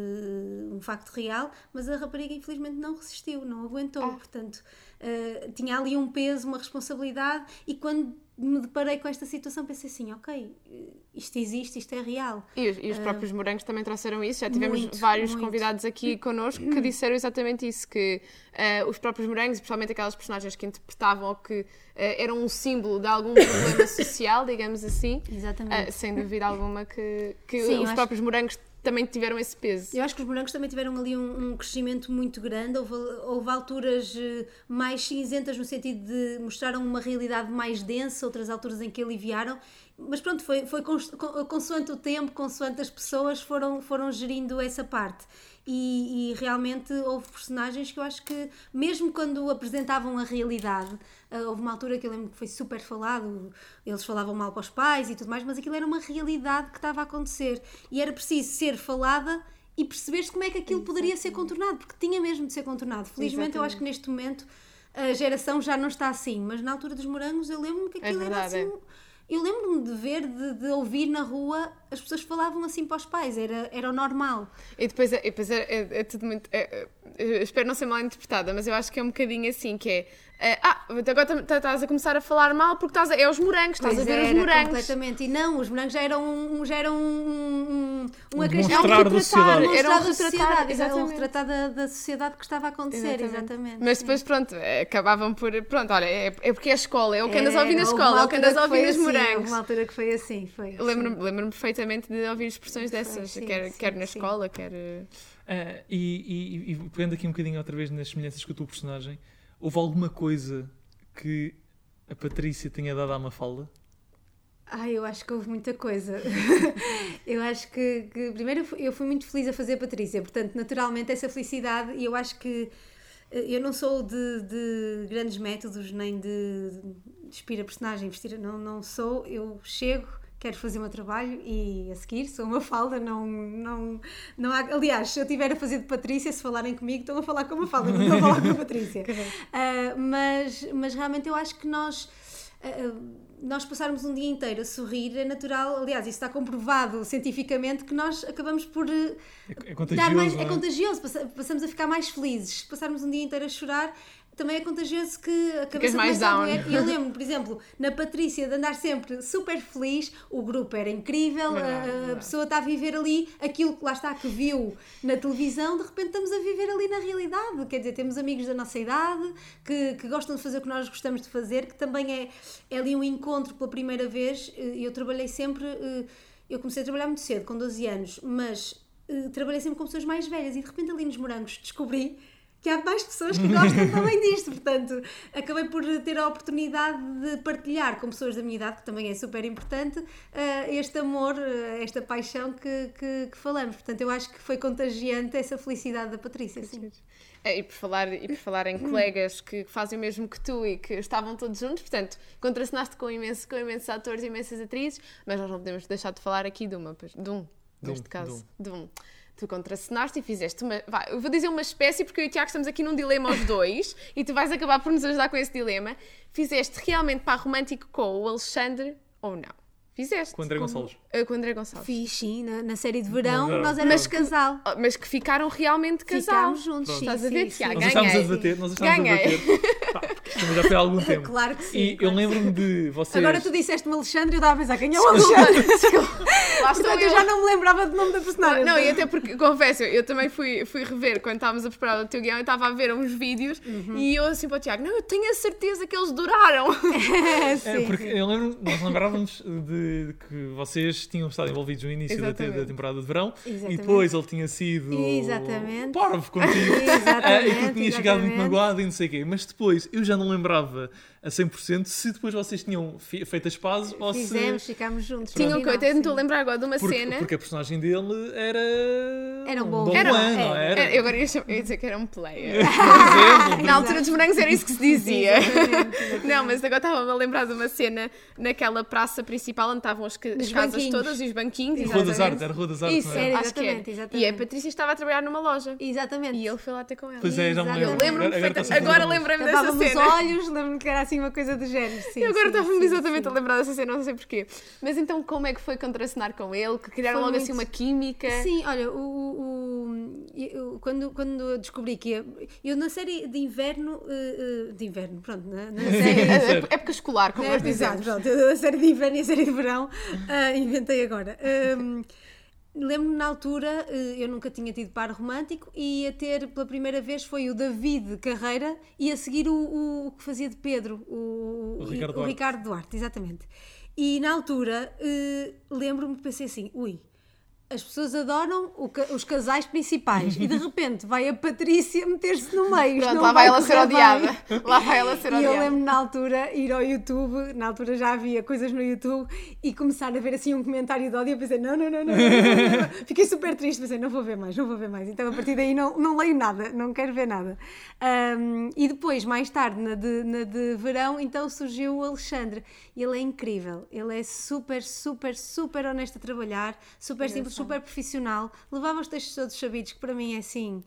uh, um facto real, mas a rapariga infelizmente não resistiu, não aguentou, ah. portanto uh, tinha ali um peso, uma responsabilidade, e quando me deparei com esta situação pensei assim, ok, isto existe, isto é real. E os, e os próprios uh, morangos também trouxeram isso, já tivemos muito, vários muito. convidados aqui connosco que disseram exatamente isso, que uh, os próprios morangos, principalmente aquelas personagens que interpretavam ou que uh, eram um símbolo de algum problema social, digamos assim, exatamente. Uh, sem dúvida alguma que, que Sim, os próprios morangos também tiveram esse peso. Eu acho que os morangos também tiveram ali um, um crescimento muito grande, houve, houve alturas mais cinzentas no sentido de mostraram uma realidade mais densa, outras alturas em que aliviaram, mas pronto, foi, foi consoante o tempo, consoante as pessoas foram, foram gerindo essa parte. E, e realmente houve personagens que eu acho que, mesmo quando apresentavam a realidade, uh, houve uma altura que eu lembro que foi super falado, eles falavam mal para os pais e tudo mais, mas aquilo era uma realidade que estava a acontecer e era preciso ser falada e perceber-se como é que aquilo Exatamente. poderia ser contornado, porque tinha mesmo de ser contornado. Felizmente Exatamente. eu acho que neste momento a geração já não está assim, mas na altura dos morangos eu lembro-me que aquilo é verdade, era assim... É. Eu lembro-me de ver, de, de ouvir na rua, as pessoas falavam assim para os pais, era, era o normal. E depois, é, depois é, é, é tudo muito... É, é, espero não ser mal interpretada, mas eu acho que é um bocadinho assim, que é... é ah, agora estás a começar a falar mal porque estás a, é os morangos, estás pois a ver era, os morangos. Completamente, e não, os morangos já eram um... Já eram um, um, um, um demonstrar da sociedade. Era um retratar, era um retratar da, da sociedade que estava a acontecer, exatamente. exatamente mas depois, pronto, acabavam por... Pronto, olha, é, é porque é a escola, é o que andas a ouvir na escola, é o que andas a ouvir nos morangos. Houve uma altura que foi assim, foi assim. Lembro-me, lembro-me perfeitamente de ouvir expressões dessas, sim, quer, sim, quer na sim. escola, quer... Uh, e, e, e pegando aqui um bocadinho outra vez nas semelhanças com a tua personagem, houve alguma coisa que a Patrícia tenha dado à Mafalda? Ai, eu acho que houve muita coisa. Eu acho que, que primeiro eu fui, eu fui muito feliz a fazer a Patrícia, portanto naturalmente essa felicidade, e eu acho que eu não sou de, de grandes métodos nem de despir a personagem, vestir, não, não sou, eu chego, quero fazer o meu trabalho e a seguir sou uma Mafalda, não, não, não há... Aliás, se eu estiver a fazer de Patrícia, se falarem comigo, estão a falar com a Mafalda, não estão a falar com a Patrícia. uh, mas, mas realmente eu acho que nós... Uh, nós passarmos um dia inteiro a sorrir é natural, aliás, isso está comprovado cientificamente que nós acabamos por é, é contagioso, dar mais, é? é contagioso, passamos a ficar mais felizes. Passarmos um dia inteiro a chorar também é contagioso, que a cabeça mais começa down. a doer. E eu lembro, por exemplo, na Patrícia de andar sempre super feliz, o grupo era incrível, verdade, a, a verdade. pessoa está a viver ali aquilo que lá está, que viu na televisão, de repente estamos a viver ali na realidade, quer dizer, temos amigos da nossa idade que, que gostam de fazer o que nós gostamos de fazer, que também é, é ali um encontro pela primeira vez. Eu trabalhei sempre, eu comecei a trabalhar muito cedo, com doze anos, mas trabalhei sempre com pessoas mais velhas e de repente ali nos Morangos descobri que há mais pessoas que gostam também disto. Portanto, acabei por ter a oportunidade de partilhar com pessoas da minha idade, que também é super importante, uh, este amor, uh, esta paixão que, que, que falamos. Portanto, eu acho que foi contagiante essa felicidade da Patrícia. Sim. E por falar, e por falar em colegas que fazem o mesmo que tu e que estavam todos juntos, portanto, contracenaste com, imenso, com imensos atores e imensas atrizes, mas nós não podemos deixar de falar aqui de uma, de um, neste caso, de um. Tu contracenaste e fizeste uma... Vai, eu vou dizer uma espécie, porque eu e o Tiago estamos aqui num dilema aos dois, e tu vais acabar por nos ajudar com esse dilema. Fizeste realmente par romântico com o Alexandre ou não? Fizeste. Com o André Gonçalves. Uh, com o André Gonçalves. Fiz, sim, na, na série de verão, Não, nós éramos mas, casal. Mas que ficaram realmente casal. Ficámos juntos, sim, Estás a sim, ver, sim. Tiago? Nós estávamos a Ganhei. debater, nós estávamos Ganhei. a debater. Pá, porque isto também já foi há algum tempo. Claro que sim. E claro eu que lembro-me de vocês... Agora tu disseste-me Alexandre e eu estava a pensar quem é o Alexandre. Lá estou Portanto, eu. eu já não me lembrava do nome da personagem. Não, e até porque, confesso, eu também fui, fui rever quando estávamos a preparar o teu guião, eu estava a ver uns vídeos Uhum. e eu assim para o Tiago, não, eu tenho a certeza que eles duraram. É, sim, É, porque sim. eu lembro, nós lembrávamos de, de que vocês tinham estado envolvidos no início da, te- Exatamente. da temporada de verão Exatamente. e depois ele tinha sido Exatamente. parvo contigo Exatamente, ah, e tu tinhas ficado muito exatamente. magoado e não sei o quê. Mas depois eu já não lembrava a cem por cento se depois vocês tinham fi- feito as pazes ou Fizemos, se... ficámos juntos. Tinha no um que eu final, até me estou a sim. lembrar agora de uma Porque, cena. porque a personagem dele era... Era um bom Dom Era- Juan, não era- era? Era- eu agora ia, chamar- ia dizer que era um player. Por exemplo, Na altura dos morangos era isso que se dizia. Exatamente, exatamente. Não, mas agora estava-me a lembrar de uma cena naquela praça principal onde estavam as, ca- as Os casas banquinhos. todas e os banquinhos. Rua das exatamente. Artes, era Rua das Artes, Isso, não era? Era, acho que era. exatamente, exatamente. E a Patrícia estava a trabalhar numa loja. Exatamente. E ele foi lá ter com ela. Pois é, já me Exatamente. lembro. Eu lembro-me Agora- agora perfeitamente. está-se a Agora lembrar. lembrei-me dessa Tapávamos os cena. olhos, lembro-me que era assim uma coisa do género. Sim, Eu agora sim, estava-me sim, exatamente sim. a lembrar dessa cena, não sei porquê. Mas então, como é que foi contracenar com ele? Que criaram Foi logo assim muito- uma química? Sim, olha, o, o- eu- quando, quando eu descobri que ia. Eu na série de inverno. eh, eh, de inverno, pronto, na, na série. É, é época escolar, como É, nós exato, dizemos. pronto, a série de inverno e a série de verão, ah, inventei agora. Ahm, Lembro-me na altura, eh, eu nunca tinha tido par romântico e ia ter pela primeira vez foi o David Carreira e a seguir o, o, o que fazia de Pedro, o, O Ricardo o Duarte. Ricardo Duarte, exatamente. E na altura eh, lembro-me que pensei assim, ui, as pessoas adoram o ca- os casais principais e de repente vai a Patrícia meter-se no meio. isto Pronto, não lá vai ela correr ser odiada. bem. Lá vai ela ser E eu odiada. lembro na altura ir ao YouTube, na altura já havia coisas no YouTube, e começar a ver assim um comentário de ódio. Eu pensei, não, não, não, não, não, não, não. Fiquei super triste, pensei, não vou ver mais, não vou ver mais. Então a partir daí não, não leio nada, não quero ver nada. Um, e depois, mais tarde, na de, na de verão, então surgiu o Alexandre. Ele é incrível, ele é super, super, super honesto a trabalhar, super simples, super profissional. Levava os textos todos sabidos, que para mim é assim.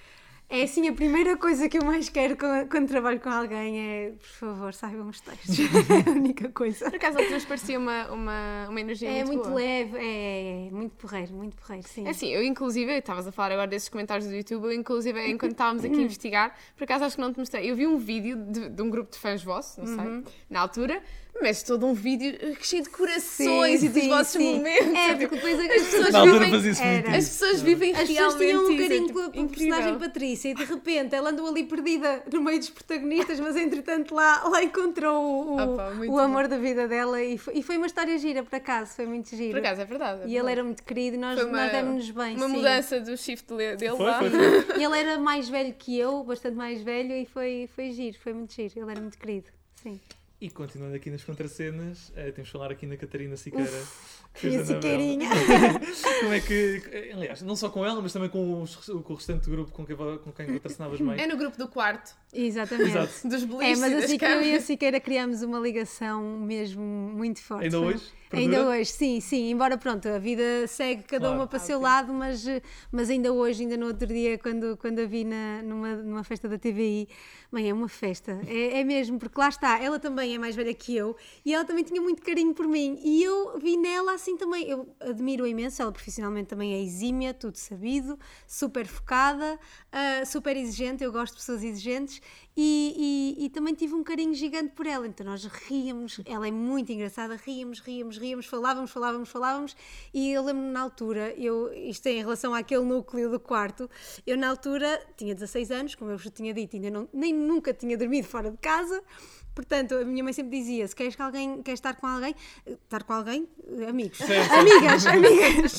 É assim, a primeira coisa que eu mais quero quando, quando trabalho com alguém é, por favor, saibam os textos. É a única coisa. Por acaso ele transparecia uma, uma, uma energia É muito, muito boa. leve, é muito porreiro, muito porreiro, sim. É assim, eu inclusive, estavas a falar agora desses comentários do YouTube, eu inclusive, enquanto estávamos aqui a investigar, por acaso acho que não te mostrei, eu vi um vídeo de, de um grupo de fãs vossos, não sei, na altura, mas todo um vídeo cheio de corações e dos sim, vossos sim. momentos. É, tipo, porque depois as pessoas Na altura vivem, fazia-se muito Era. as isso. pessoas vivem As pessoas realmente tinham um isso, é, carinho tipo, pela, pela incrível. personagem Patrícia e de repente ela andou ali perdida no meio dos protagonistas, mas entretanto lá, lá encontrou o, o, Opa, muito o amor da vida dela e foi, e foi uma história gira, por acaso, foi muito gira. Por acaso, é verdade. é E ele verdade. era muito querido e nós, Foi uma, nós demos-nos bem. uma sim. mudança do shift dele dele Foi, lá. foi, foi. E ele era mais velho que eu, bastante mais velho, e foi, foi giro, foi muito giro. Ele era muito querido, sim. E continuando aqui nas contracenas, eh, temos de falar aqui na Catarina Siqueira. que fez E a a novela. Siqueirinha. Como é que, aliás, não só com ela, mas também com, os, com o restante do grupo com quem, com quem contracenavas mais. É no grupo do quarto, Exatamente. Exato. dos É, beliches mas e das assim que eu e a câmaras. Siqueira criamos uma ligação mesmo muito forte. Ainda Foi- hoje? Ainda Perdura? hoje, sim, sim.Embora, pronto, a vida segue cada Claro. uma para o Ah, seu ok. lado, mas, mas ainda hoje, ainda no outro dia, quando, quando a vi na, numa, numa festa da T V I, mãe, é uma festa. É, é mesmo, porque lá está, ela também é mais velha que eu e ela também tinha muito carinho por mim. E eu vi nela assim também. Eu admiro-a imenso, ela profissionalmente também é exímia, tudo sabido, super focada, ah, super exigente. Eu gosto de pessoas exigentes. e, e, e também tive um carinho gigante por ela, então nós ríamos, ela é muito engraçada, ríamos, ríamos, ríamos, falávamos, falávamos, falávamos, e eu lembro-me na altura, eu, isto é em relação àquele núcleo do quarto, eu na altura tinha dezasseis anos, como eu vos tinha dito, ainda não, nem nunca tinha dormido fora de casa. Portanto, a minha mãe sempre dizia, se queres, que alguém, queres estar com alguém, estar com alguém, amigos, sim, sim. amigas, amigas,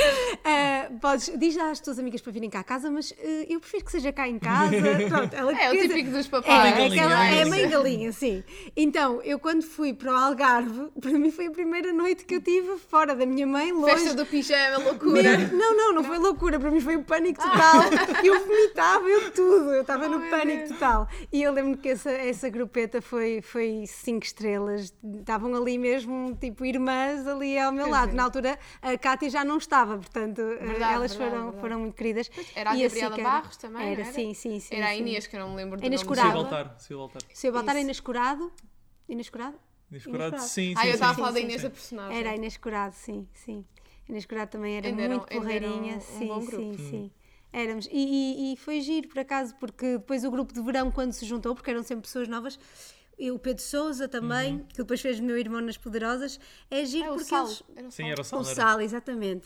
uh, podes, diz às tuas amigas para virem cá a casa, mas uh, eu prefiro que seja cá em casa. Pronto, ela, é o típico dos papais. É, aquela, é a mãe galinha, sim. Então, eu quando fui para o Algarve, para mim foi a primeira noite que eu tive fora da minha mãe, longe. Festa do pijama, loucura. Meu, não, não, não, não foi loucura, para mim foi um pânico total. Eu vomitava, eu tudo, eu estava oh, no pânico Deus. total. E eu lembro que essa, essa grupeta foi Foi, foi cinco estrelas, estavam ali mesmo, tipo, irmãs ali ao meu pois lado. É. Na altura a Cátia já não estava, portanto, verdade, verdade, elas foram, verdade. foram muito queridas. Era a Gabriela Barros também, era, era? Sim, sim, sim. Era sim. a Inês, que eu não me lembro do Inês nome. Se eu voltar, se eu voltar. Se eu voltar, Inês Curado. Inês Curado? Inês Curado, sim, sim. Ah, eu estava a falar sim, da sim, Inês sim. da personagem. Era a Inês Curado, sim, sim. A Inês Curado também era ainda muito eram, porreirinha, um, sim, um bom sim, grupo. sim. Éramos. E, e, e foi giro, por acaso, porque depois o grupo de verão, quando se juntou, porque eram sempre pessoas novas, e o Pedro Sousa também, uhum. que depois fez Meu Irmão nas Poderosas, é giro ah, porque sal. eles... Era o Sim, era o Sal. O Sal, exatamente.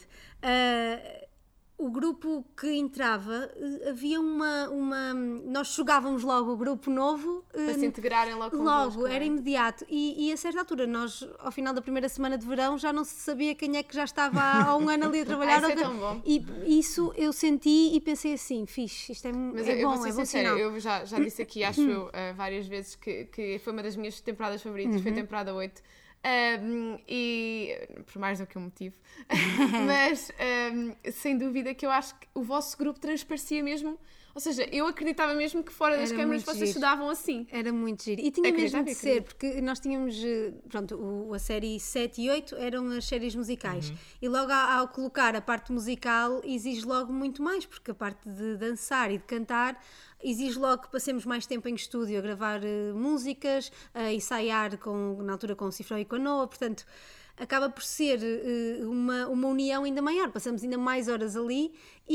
Uh, o grupo que entrava, havia uma, uma... Nós jogávamos logo o grupo novo. Para uh, se integrarem logo com Logo, era imediato. E, e a certa altura, nós, ao final da primeira semana de verão, já não se sabia quem é que já estava há um ano ali a trabalhar. ah, isso é tão bom. E isso eu senti e pensei assim, fixe, isto é, Mas é eu bom, vou ser é bom sincera, sinal. eu já, já disse aqui, acho eu, uh, várias vezes que, que foi uma das minhas temporadas favoritas, uhum. foi a temporada oito. Um, e por mais do que um motivo mas um, sem dúvida que eu acho que o vosso grupo transparecia mesmo, ou seja, eu acreditava mesmo que fora das câmaras vocês estudavam assim. Era muito giro e tinha mesmo de ser, porque nós tínhamos pronto, o, a série sete e oito eram as séries musicais, uhum. e logo ao, ao colocar a parte musical exige logo muito mais, porque a parte de dançar e de cantar exige logo que passemos mais tempo em estúdio a gravar uh, músicas, a ensaiar com, na altura com o Cifrão e com a Noa, portanto acaba por ser uh, uma, uma união ainda maior, passamos ainda mais horas ali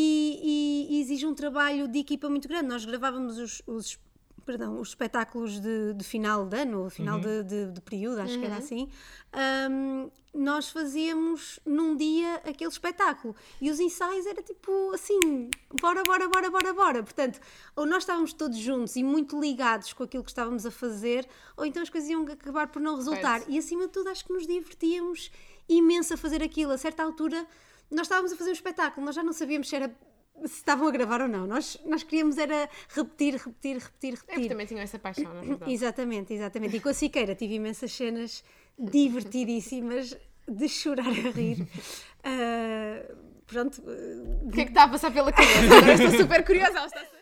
e, e, e exige um trabalho de equipa muito grande. Nós gravávamos os, os, perdão, os espetáculos de, de final de ano, final uhum. de, de, de período, acho uhum. que era assim. Um, nós fazíamos num dia aquele espetáculo e os ensaios era tipo assim, bora, bora, bora, bora, bora. Portanto, ou nós estávamos todos juntos e muito ligados com aquilo que estávamos a fazer, ou então as coisas iam acabar por não resultar. Certo. E acima de tudo acho que nos divertíamos imenso a fazer aquilo. A certa altura nós estávamos a fazer um espetáculo, nós já não sabíamos se era se estavam a gravar ou não, nós, nós queríamos era repetir, repetir, repetir, repetir. É, também tinham essa paixão, na verdade. Exatamente, exatamente. E com a Siqueira tive imensas cenas divertidíssimas de chorar a rir. Uh, pronto. O que é que está a passar pela cabeça? Agora estou super curiosa.